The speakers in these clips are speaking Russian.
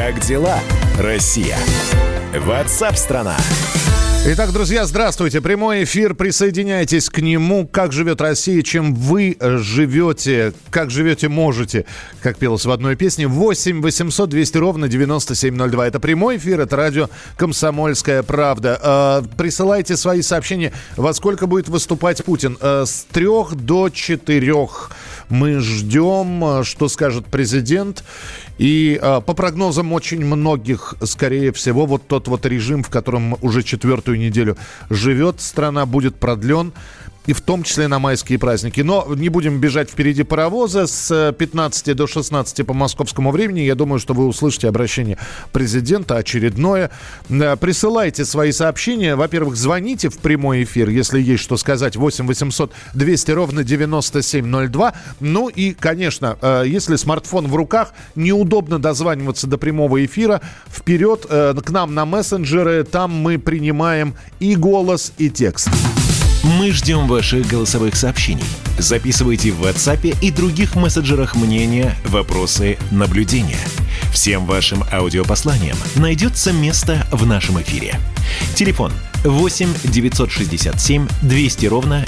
Как дела, Россия? WhatsApp-страна. Итак, друзья, здравствуйте. Прямой эфир. Присоединяйтесь к нему. Как живет Россия, чем вы живете, как живете, можете, как пелось в одной песне. 8 800 200 ровно 9702. Это прямой эфир, это радио «Комсомольская правда». Присылайте свои сообщения, во сколько будет выступать Путин. С 3 до 4 мы ждем, что скажет президент. И по прогнозам очень многих, скорее всего, вот тот вот режим, в котором уже 4-ю неделю живет страна, будет продлен. И в том числе на майские праздники. Но не будем бежать впереди паровоза. С 15 до 16 по московскому времени. Я думаю, что вы услышите обращение президента очередное. Присылайте свои сообщения. Во-первых, звоните в прямой эфир, если есть что сказать. 8 800 200 ровно 9702. Ну и, конечно, если смартфон в руках, неудобно дозваниваться до прямого эфира. Вперед к нам на мессенджеры. Там мы принимаем и голос, и текст. Мы ждем ваших голосовых сообщений. Записывайте в WhatsApp и других мессенджерах мнения, вопросы, наблюдения. Всем вашим аудиопосланиям найдется место в нашем эфире. Телефон 8 967 200 ровно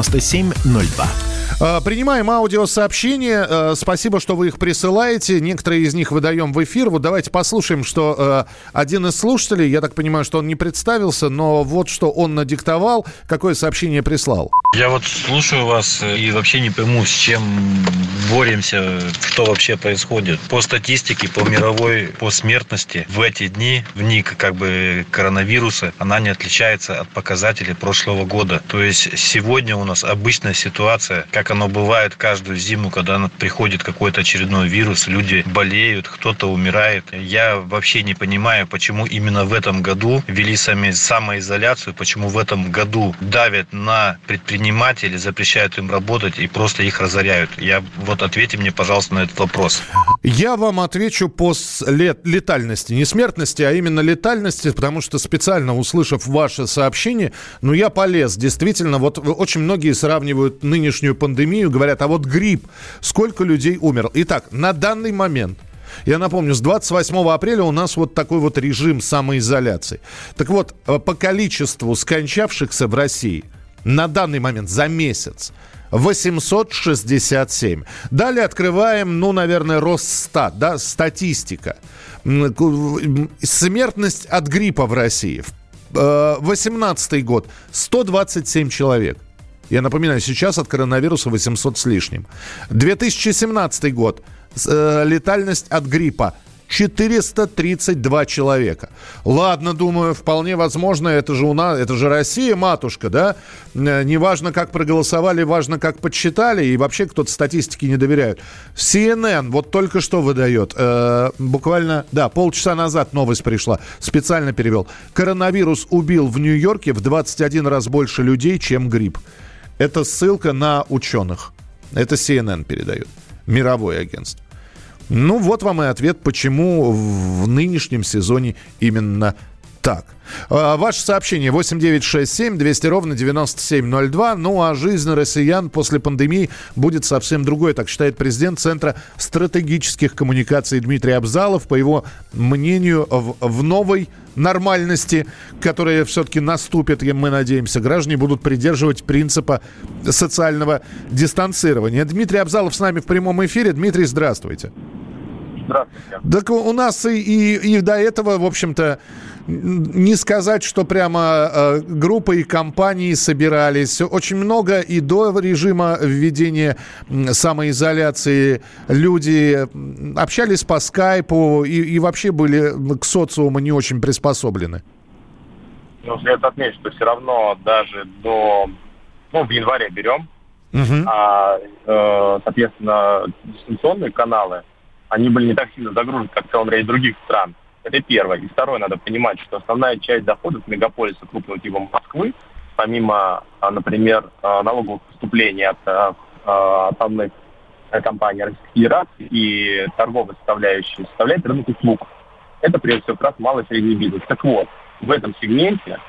9702. Принимаем аудиосообщения. Спасибо, что вы их присылаете. Некоторые из них выдаем в эфир. Вот давайте послушаем, что один из слушателей, я так понимаю, что он не представился, но вот что он надиктовал, какое сообщение прислал. Я вот слушаю вас и вообще не пойму, с чем боремся, что вообще происходит. По статистике, по мировой, по смертности в эти дни, в дни как бы коронавируса, она не отличается от показателей прошлого года. То есть сегодня у нас обычная ситуация, как оно бывает каждую зиму, когда приходит какой-то очередной вирус, люди болеют, кто-то умирает. Я вообще не понимаю, почему именно в этом году ввели самоизоляцию, почему в этом году давят на предпринимателей, запрещают им работать и просто их разоряют. Ответьте мне, пожалуйста, на этот вопрос. Я вам отвечу по летальности. Не смертности, а именно летальности, потому что специально услышав ваше сообщение, я полез. Действительно, вот очень многие сравнивают нынешнюю пандемию, говорят, а вот грипп, сколько людей умерло. Итак, на данный момент, я напомню, с 28 апреля у нас вот такой вот режим самоизоляции. Так вот, по количеству скончавшихся в России на данный момент за месяц 867. Далее открываем, наверное, Росстат, да, статистика. Смертность от гриппа в России. 2018 год 127 человек. Я напоминаю, сейчас от коронавируса 800 с лишним. 2017 год. Летальность от гриппа 432 человека. Ладно, думаю, вполне возможно, это же Россия, матушка, да? Неважно, как проголосовали, важно, как подсчитали, и вообще кто-то статистике не доверяет. CNN вот только что выдает, буквально, полчаса назад новость пришла, специально перевел. Коронавирус убил в Нью-Йорке в 21 раз больше людей, чем грипп. Это ссылка на ученых. Это CNN передает, мировое агентство. Вот вам и ответ, почему в нынешнем сезоне именно так. Ваше сообщение 8967 200 ровно 9702. А жизнь россиян после пандемии будет совсем другой, так считает президент Центра стратегических коммуникаций Дмитрий Абзалов. По его мнению, в новой нормальности, которая все-таки наступит, мы надеемся, граждане будут придерживать принципа социального дистанцирования. Дмитрий Абзалов с нами в прямом эфире. Дмитрий, здравствуйте. Здравствуйте. Так у нас и до этого, в общем-то, не сказать, что прямо группы и компании собирались. Очень много и до режима введения самоизоляции люди общались по скайпу и вообще были к социуму не очень приспособлены. Следует отметить, что все равно даже в январе берем, соответственно, дистанционные каналы, они были не так сильно загружены, как в целом ряде других стран. Это первое. И второе, надо понимать, что основная часть доходов мегаполиса крупного типа Москвы, помимо, например, налоговых поступлений от основных компаний Российской Федерации и торговой составляющей, составляет рынок услуг. Это, прежде всего, как раз малый и средний бизнес. Так вот, в этом сегменте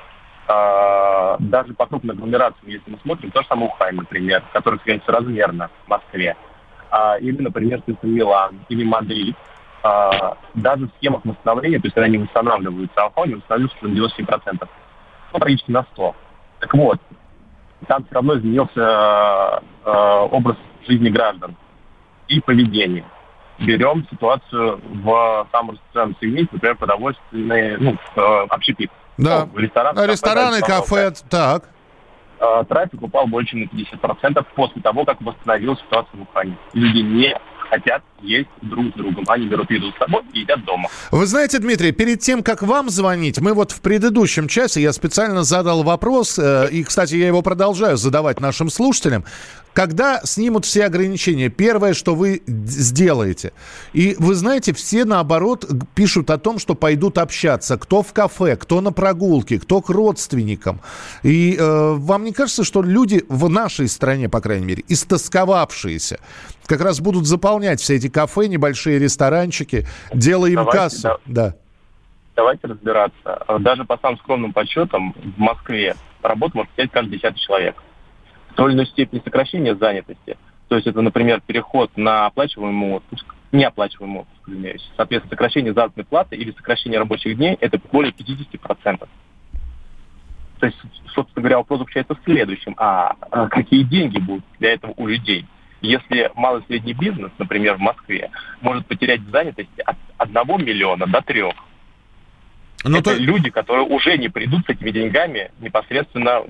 даже по крупным агломерациям, если мы смотрим, то же самое Ухань, например, который, конечно, размерно в Москве, или, например, Милан или Мадрид, даже в схемах восстановления, то есть когда они восстанавливаются, а не восстанавливаются на 97%. Практически на 100%. Так вот, там все равно изменился образ жизни граждан и поведение. Берем ситуацию в самом распространенном сегменте, например, продовольственные, общепит. Да. Рестораны, кафе, так. Трафик упал больше на 50% после того, как восстановилась ситуация в Ухане. Люди не хотят есть друг с другом. Они берут еду с собой и едят дома. Вы знаете, Дмитрий, перед тем, как вам звонить, мы вот в предыдущем часе, я специально задал вопрос, и, кстати, я его продолжаю задавать нашим слушателям. Когда снимут все ограничения, первое, что вы сделаете. И вы знаете, все, наоборот, пишут о том, что пойдут общаться. Кто в кафе, кто на прогулке, кто к родственникам. И вам не кажется, что люди в нашей стране, по крайней мере, истосковавшиеся, как раз будут заполнять все эти кафе, небольшие ресторанчики, делая им кассу? Да. Давайте разбираться. Даже по самым скромным подсчетам в Москве работу может взять каждый 10-й человек. В той или иной степени сокращения занятости. То есть это, например, переход на оплачиваемый отпуск, неоплачиваемый отпуск, извиняюсь. Соответственно, сокращение заработной платы или сокращение рабочих дней – это более 50%. То есть, собственно говоря, вопрос заключается в следующем. Какие деньги будут для этого у людей? Если малый и средний бизнес, например, в Москве, может потерять в занятости от 1 миллиона до 3. Это люди, которые уже не придут с этими деньгами непосредственно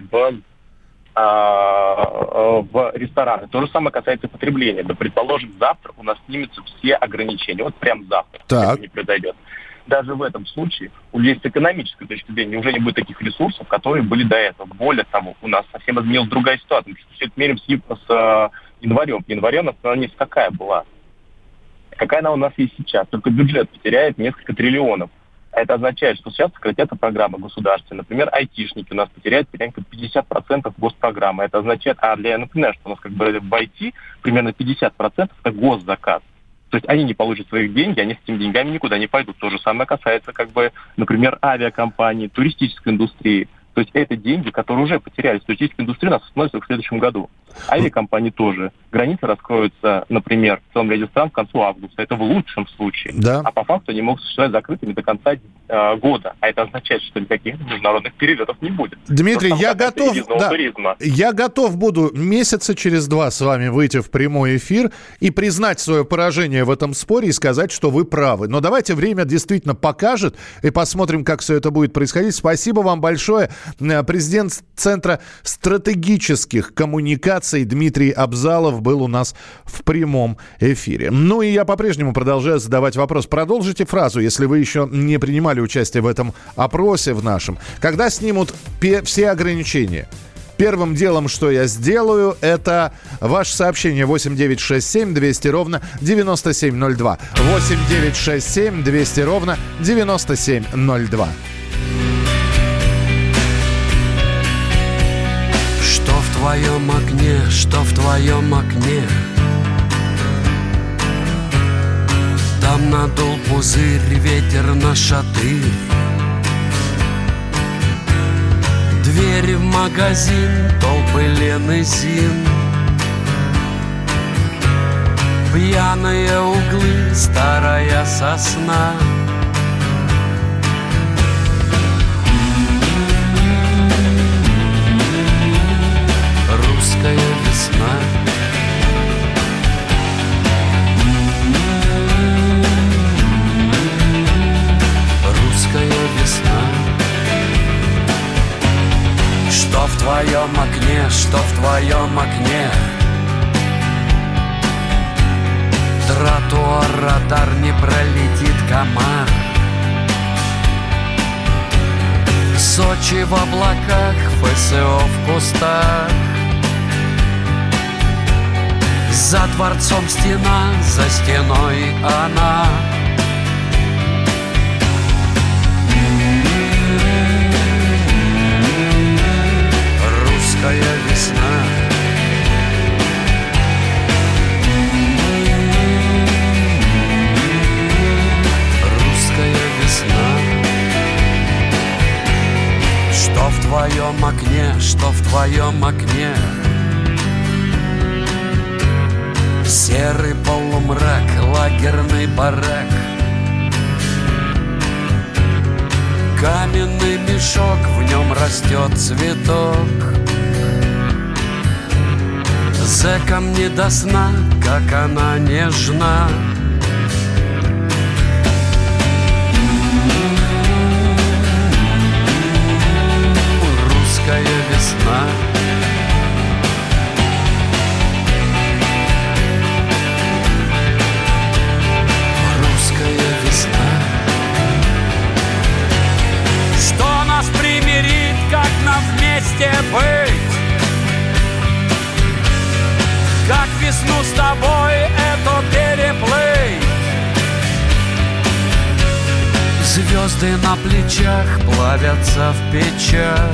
в рестораны. То же самое касается потребления. Да, предположим, завтра у нас снимутся все ограничения. Вот прям завтра. Это не произойдет. Даже в этом случае у людей с экономической точки зрения уже не будет таких ресурсов, которые были до этого. Более того, у нас совсем изменилась другая ситуация. Мы все это меряем с январем. В январе у нас страница какая была? Какая она у нас есть сейчас? Только бюджет потеряет несколько триллионов. А это означает, что сейчас сократятся программы государственные. Например, айтишники у нас потеряют примерно 50% госпрограммы. Это означает, я напоминаю, что у нас в IT примерно 50% это госзаказ. То есть они не получат своих денег, они с этими деньгами никуда не пойдут. То же самое касается, например, авиакомпаний, туристической индустрии. То есть это деньги, которые уже потерялись. Туристическая индустрия у нас остановится в следующем году. Авиакомпании тоже. Границы раскроются, например, в целом ряде стран к концу августа. Это в лучшем случае. Да. А по факту они могут существовать закрытыми до конца года. А это означает, что никаких международных перелетов не будет. Дмитрий, я готов буду месяца через 2 с вами выйти в прямой эфир и признать свое поражение в этом споре и сказать, что вы правы. Но давайте время действительно покажет и посмотрим, как все это будет происходить. Спасибо вам большое. Президент Центра стратегических коммуникаций Дмитрий Абзалов был у нас в прямом эфире. Ну и я по-прежнему продолжаю задавать вопрос. Продолжите фразу, если вы еще не принимали участие в этом опросе в нашем. Когда снимут все ограничения? Первым делом, что я сделаю, это ваше сообщение 8967 200 ровно 9702. 8967 200 ровно 9702. Что в твоем окне, что в твоем окне? Там надул пузырь, ветер на шатырь. Двери в магазин, толпы Лен и Зин. Пьяные углы, старая сосна. Русская весна. Русская весна. Что в твоем окне, что в твоем окне? Тротуар, радар, не пролетит комар. Сочи в облаках, ФСО в кустах. За дворцом стена, за стеной она. Русская весна. Русская весна. Что в твоем окне, что в твоем окне? Серый полумрак, лагерный барак. Каменный мешок, в нем растет цветок. Зэкам не до сна, как она нежна. Русская весна. Русская весна. Что нас примирит, как нам вместе быть? Как весну с тобой эту переплыть? Звезды на плечах плавятся в печах.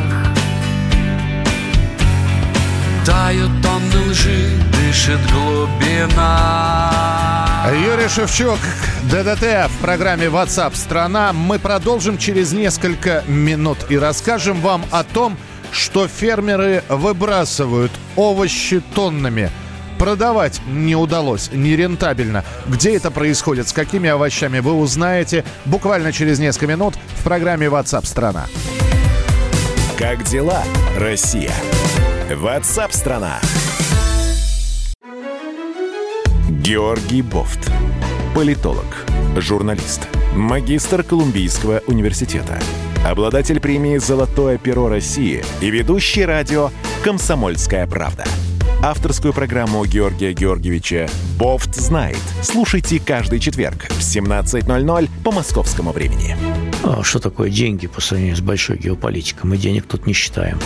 Тают тонны лжи, дышит глубина. Юрий Шевчук, ДДТ в программе WhatsApp страна. Мы продолжим через несколько минут и расскажем вам о том, что фермеры выбрасывают овощи тоннами. Продавать не удалось, нерентабельно. Где это происходит, с какими овощами, вы узнаете буквально через несколько минут в программе WhatsApp страна. Как дела, Россия? WhatsApp страна. Георгий Бофт. Политолог, журналист, магистр Колумбийского университета, обладатель премии «Золотое перо России» и ведущий радио «Комсомольская правда». Авторскую программу Георгия Георгиевича «Бофт знает». Слушайте каждый четверг в 17:00 по московскому времени. Что такое деньги по сравнению с большой геополитикой? Мы денег тут не считаем.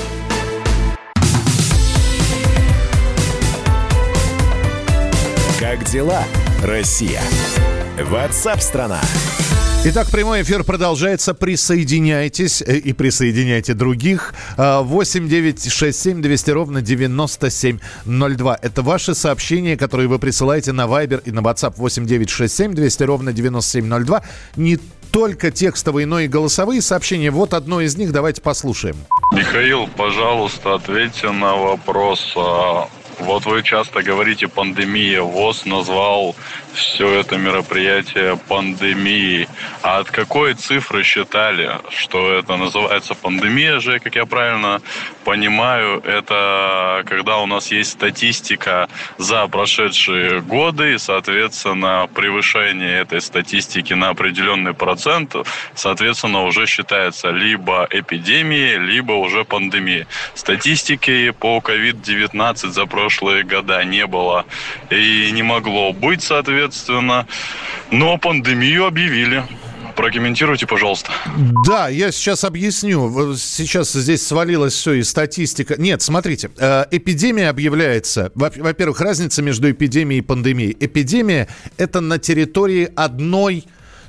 Как дела, Россия? WhatsApp страна. Итак, прямой эфир продолжается. Присоединяйтесь и присоединяйте других. 8 967 200 ровно 9702. Это ваши сообщения, которые вы присылаете на Viber и на WhatsApp 8 967 200 ровно 9702. Не только текстовые, но и голосовые сообщения. Вот одно из них. Давайте послушаем. Михаил, пожалуйста, ответьте на вопрос. Вот вы часто говорите «пандемия». ВОЗ назвал все это мероприятие пандемией. А от какой цифры считали, что это называется пандемия же, как я правильно понимаю, это когда у нас есть статистика за прошедшие годы, и, соответственно, превышение этой статистики на определенный процент, соответственно, уже считается либо эпидемией, либо уже пандемией. Статистики по COVID-19 за прошлые года не было и не могло быть, соответственно, но пандемию объявили. Прокомментируйте, пожалуйста. Да, я сейчас объясню. Сейчас здесь свалилось все, и статистика. Нет, смотрите, эпидемия объявляется. Во-первых, разница между эпидемией и пандемией. Эпидемия – это на территории одной,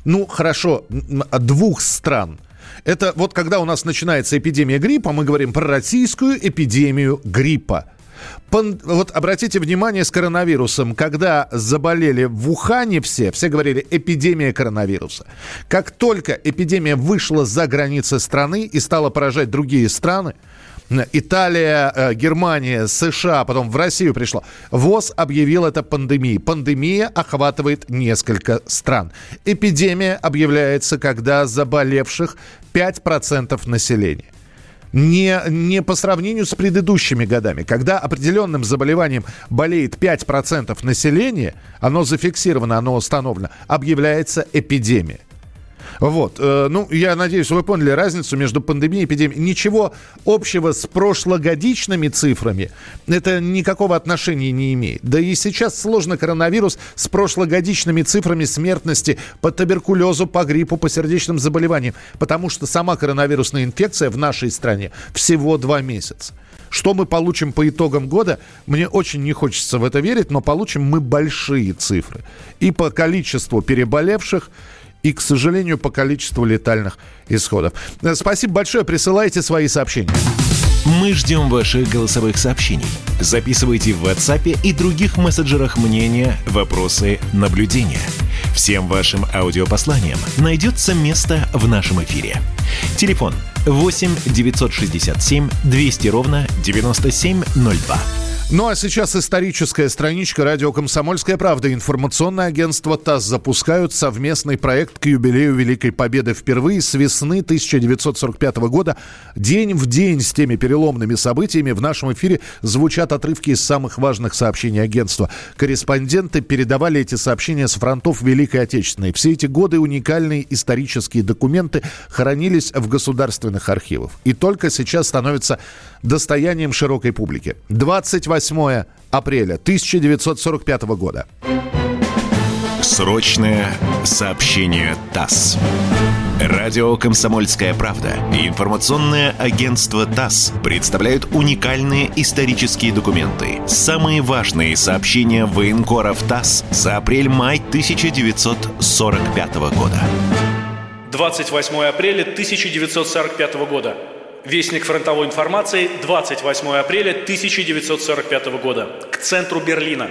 двух стран. Это вот когда у нас начинается эпидемия гриппа, мы говорим про российскую эпидемию гриппа. Вот обратите внимание с коронавирусом, когда заболели в Ухане все говорили «эпидемия коронавируса». Как только эпидемия вышла за границы страны и стала поражать другие страны, Италия, Германия, США, потом в Россию пришла, ВОЗ объявил это пандемией. Пандемия охватывает несколько стран. Эпидемия объявляется, когда заболевших 5% населения. Не по сравнению с предыдущими годами. Когда определенным заболеванием болеет 5% населения, оно зафиксировано, оно установлено, объявляется эпидемия. Вот. Я надеюсь, вы поняли разницу между пандемией и эпидемией. Ничего общего с прошлогодичными цифрами это никакого отношения не имеет. Да и сейчас сложно коронавирус с прошлогодичными цифрами смертности по туберкулезу, по гриппу, по сердечным заболеваниям. Потому что сама коронавирусная инфекция в нашей стране всего 2 месяца. Что мы получим по итогам года, мне очень не хочется в это верить, но получим мы большие цифры. И по количеству переболевших, и, к сожалению, по количеству летальных исходов. Спасибо большое. Присылайте свои сообщения. Мы ждем ваших голосовых сообщений. Записывайте в WhatsApp и других мессенджерах мнения, вопросы, наблюдения. Всем вашим аудиопосланиям найдется место в нашем эфире. Телефон 8 967 200 ровно 9702. Ну а сейчас историческая страничка радио «Комсомольская правда». Информационное агентство ТАСС запускают совместный проект к юбилею Великой Победы. Впервые с весны 1945 года день в день с теми переломными событиями в нашем эфире звучат отрывки из самых важных сообщений агентства. Корреспонденты передавали эти сообщения с фронтов Великой Отечественной. Все эти годы уникальные исторические документы хранились в государственных архивах. И только сейчас становятся достоянием широкой публики. 28 апреля 1945 года. Срочное сообщение ТАСС. Радио «Комсомольская правда» и информационное агентство ТАСС представляют уникальные исторические документы. Самые важные сообщения военкоров ТАСС за апрель-май 1945 года. 28 апреля 1945 года. Вестник фронтовой информации, 28 апреля 1945 года. К центру Берлина.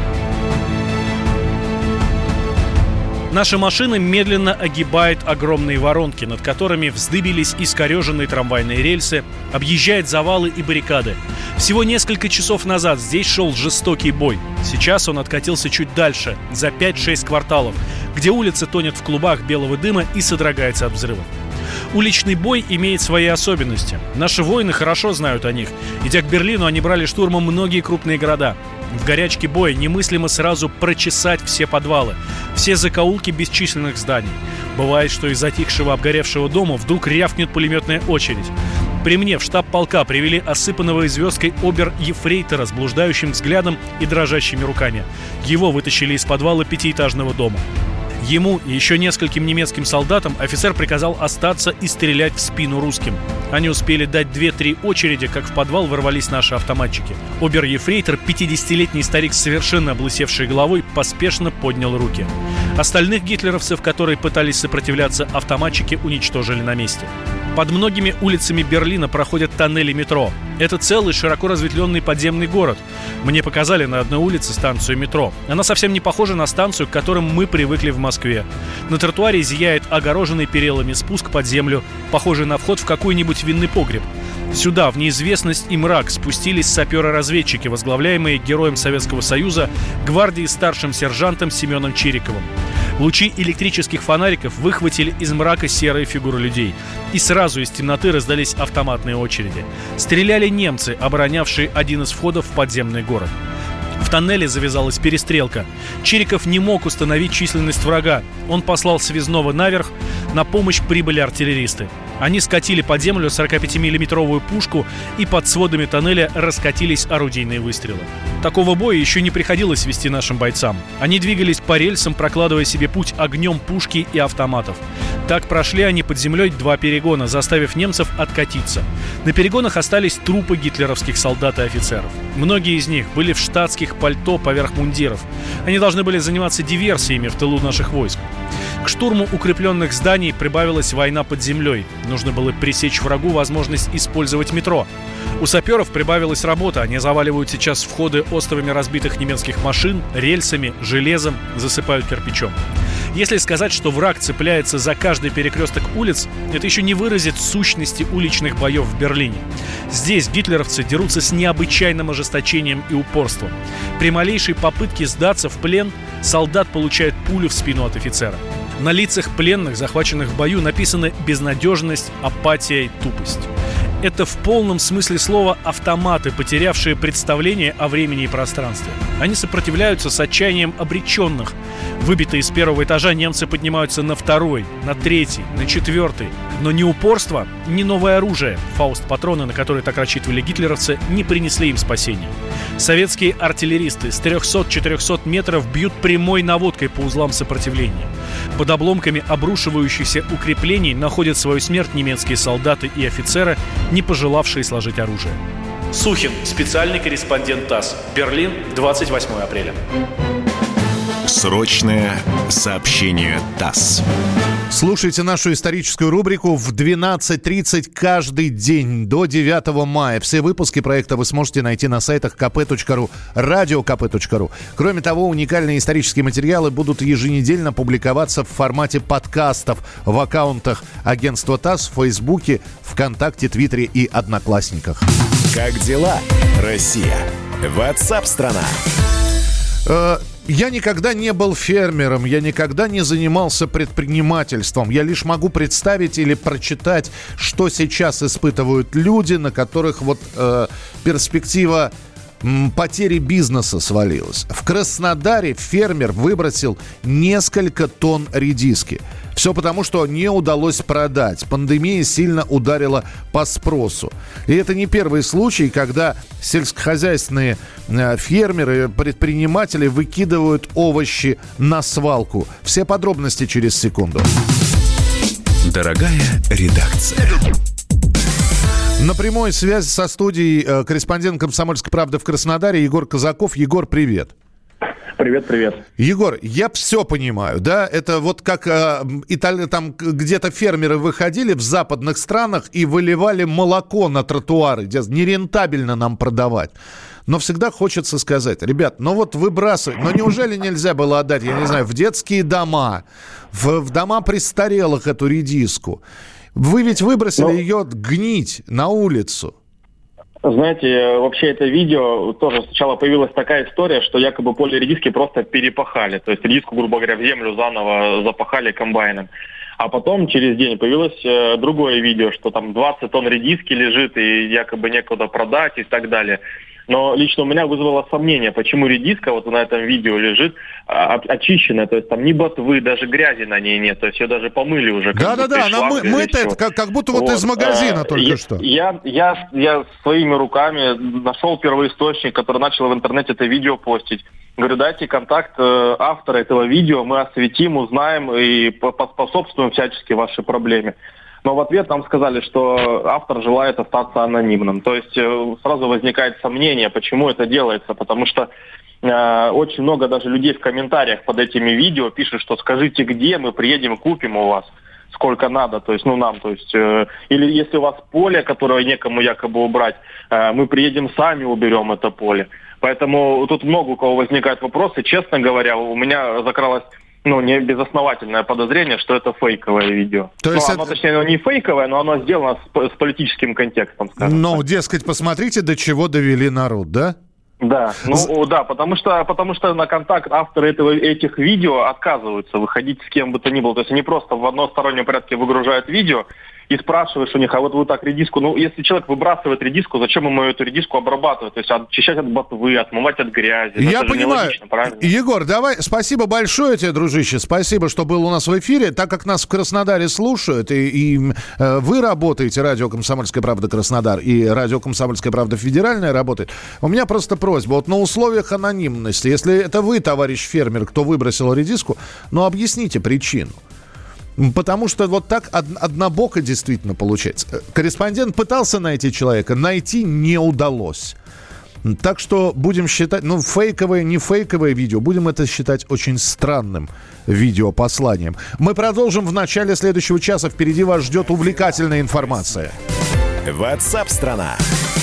Наша машина медленно огибает огромные воронки, над которыми вздыбились искореженные трамвайные рельсы, объезжает завалы и баррикады. Всего несколько часов назад здесь шел жестокий бой. Сейчас он откатился чуть дальше, за 5-6 кварталов, где улица тонет в клубах белого дыма и содрогается от взрывов. Уличный бой имеет свои особенности. Наши воины хорошо знают о них. Идя к Берлину, они брали штурмом многие крупные города. В горячке боя немыслимо сразу прочесать все подвалы, все закоулки бесчисленных зданий. Бывает, что из затихшего обгоревшего дома вдруг рявкнет пулеметная очередь. При мне в штаб полка привели осыпанного звездкой обер-ефрейтора с блуждающим взглядом и дрожащими руками. Его вытащили из подвала 5-этажного дома. Ему и еще нескольким немецким солдатам офицер приказал остаться и стрелять в спину русским. Они успели дать 2-3 очереди, как в подвал ворвались наши автоматчики. Обер-ефрейтор, 50-летний старик с совершенно облысевшей головой, поспешно поднял руки. Остальных гитлеровцев, которые пытались сопротивляться, автоматчики уничтожили на месте. Под многими улицами Берлина проходят тоннели метро. Это целый широко разветвленный подземный город. Мне показали на одной улице станцию метро. Она совсем не похожа на станцию, к которым мы привыкли в Москве. На тротуаре зияет огороженный перилами спуск под землю, похожий на вход в какой-нибудь винный погреб. Сюда, в неизвестность и мрак, спустились саперы-разведчики, возглавляемые героем Советского Союза, гвардии старшим сержантом Семеном Чириковым. Лучи электрических фонариков выхватили из мрака серые фигуры людей. И сразу из темноты раздались автоматные очереди. Стреляли немцы, оборонявшие один из входов в подземный город. В тоннеле завязалась перестрелка. Чириков не мог установить численность врага. Он послал связного наверх, на помощь прибыли артиллеристы. Они скатили под землю 45-миллиметровую пушку, и под сводами тоннеля раскатились орудийные выстрелы. Такого боя еще не приходилось вести нашим бойцам. Они двигались по рельсам, прокладывая себе путь огнем пушки и автоматов. Так прошли они под землей 2 перегона, заставив немцев откатиться. На перегонах остались трупы гитлеровских солдат и офицеров. Многие из них были в штатских пальто поверх мундиров. Они должны были заниматься диверсиями в тылу наших войск. К штурму укрепленных зданий прибавилась война под землей. Нужно было пресечь врагу возможность использовать метро. У саперов прибавилась работа. Они заваливают сейчас входы островами разбитых немецких машин, рельсами, железом, засыпают кирпичом. Если сказать, что враг цепляется за каждый перекресток улиц, это еще не выразит сущности уличных боев в Берлине. Здесь гитлеровцы дерутся с необычайным ожесточением и упорством. При малейшей попытке сдаться в плен солдат получает пулю в спину от офицера. На лицах пленных, захваченных в бою, написаны безнадежность, апатия и тупость. Это в полном смысле слова автоматы, потерявшие представление о времени и пространстве. Они сопротивляются с отчаянием обреченных. Выбитые с 1-го этажа немцы поднимаются на 2-й, на 3-й, на 4-й. Но ни упорство, ни новое оружие, фауст-патроны, на которые так рассчитывали гитлеровцы, не принесли им спасения. Советские артиллеристы с 300-400 метров бьют прямой наводкой по узлам сопротивления. Под обломками обрушивающихся укреплений находят свою смерть немецкие солдаты и офицеры, не пожелавшие сложить оружие. Сухин, специальный корреспондент ТАСС. Берлин, 28 апреля. Срочное сообщение ТАСС. Слушайте нашу историческую рубрику в 12:30 каждый день до 9 мая. Все выпуски проекта вы сможете найти на сайтах kp.ru, radiokp.ru. Кроме того, уникальные исторические материалы будут еженедельно публиковаться в формате подкастов в аккаунтах агентства ТАСС в Фейсбуке, ВКонтакте, Твиттере и Одноклассниках. Как дела, Россия? WhatsApp-страна. Я никогда не был фермером, я никогда не занимался предпринимательством. Я лишь могу представить или прочитать, что сейчас испытывают люди, на которых перспектива потери бизнеса свалилась. В Краснодаре фермер выбросил несколько тонн редиски. Все потому, что не удалось продать. Пандемия сильно ударила по спросу. И это не первый случай, когда сельскохозяйственные фермеры, предприниматели выкидывают овощи на свалку. Все подробности через секунду. Дорогая редакция. На прямой связи со студией корреспондент «Комсомольской правды» в Краснодаре Егор Казаков. Егор, привет. Привет. Егор, я все понимаю, да? Это вот как там где-то фермеры выходили в западных странах и выливали молоко на тротуары. Нерентабельно нам продавать. Но всегда хочется сказать, ребят, выбрасывать. Но неужели нельзя было отдать, я не знаю, в детские дома, в дома престарелых эту редиску? Вы ведь выбросили ее гнить на улицу. Знаете, вообще это видео, тоже сначала появилась такая история, что якобы поле редиски просто перепахали. То есть редиску, грубо говоря, в землю заново запахали комбайном. А потом через день появилось другое видео, что там 20 тонн редиски лежит и якобы некуда продать и так далее. Но лично у меня вызвало сомнение, почему редиска вот на этом видео лежит очищенная, то есть там ни ботвы, даже грязи на ней нет, то есть ее даже помыли уже. Да-да-да, она мыта, это как будто из магазина только что. Я своими руками нашел первоисточник, который начал в интернете это видео постить. Говорю, дайте контакт автора этого видео, мы осветим, узнаем и поспособствуем всячески вашей проблеме. Но в ответ нам сказали, что автор желает остаться анонимным. То есть сразу возникает сомнение, почему это делается. Потому что очень много даже людей в комментариях под этими видео пишут, что скажите, где мы приедем, купим у вас, сколько надо. То есть, нам, то есть, или если у вас поле, которое некому якобы убрать, мы приедем сами уберем это поле. Поэтому тут много у кого возникают вопросы. Честно говоря, у меня закралось не безосновательное подозрение, что это фейковое видео. То есть оно, точнее, не фейковое, но оно сделано с политическим контекстом, скажем так. Дескать, посмотрите, до чего довели народ, да? Да, потому что на контакт авторы этих видео отказываются выходить с кем бы то ни было. То есть они просто в одностороннем порядке выгружают видео и спрашиваешь у них, а вот вы так редиску... если человек выбрасывает редиску, зачем ему эту редиску обрабатывать? То есть очищать от ботвы, отмывать от грязи. Я понимаю. Егор, давай, спасибо большое тебе, дружище. Спасибо, что был у нас в эфире. Так как нас в Краснодаре слушают, и вы работаете, радио «Комсомольская правда» Краснодар, и радио «Комсомольская правда» федеральная работает, у меня просто просьба. На условиях анонимности, если это вы, товарищ фермер, кто выбросил редиску, объясните причину. Потому что так однобоко действительно получается. Корреспондент пытался найти человека, найти не удалось. Так что будем считать, фейковое, не фейковое видео, будем это считать очень странным видеопосланием. Мы продолжим в начале следующего часа. Впереди вас ждет увлекательная информация. WhatsApp-страна.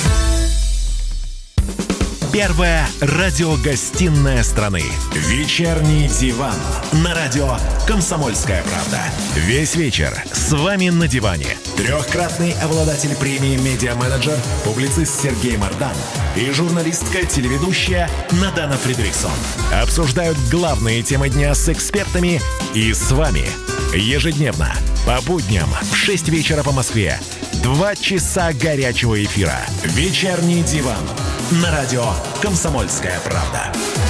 Первая радиогостинная страны. Вечерний диван. На радио «Комсомольская правда». Весь вечер с вами на диване. Трехкратный обладатель премии «Медиа-менеджер», публицист Сергей Мардан и журналистка-телеведущая Надана Фридрихсон обсуждают главные темы дня с экспертами и с вами. Ежедневно, по будням в 6 вечера по Москве. 2 часа горячего эфира. Вечерний диван. На радио «Комсомольская правда».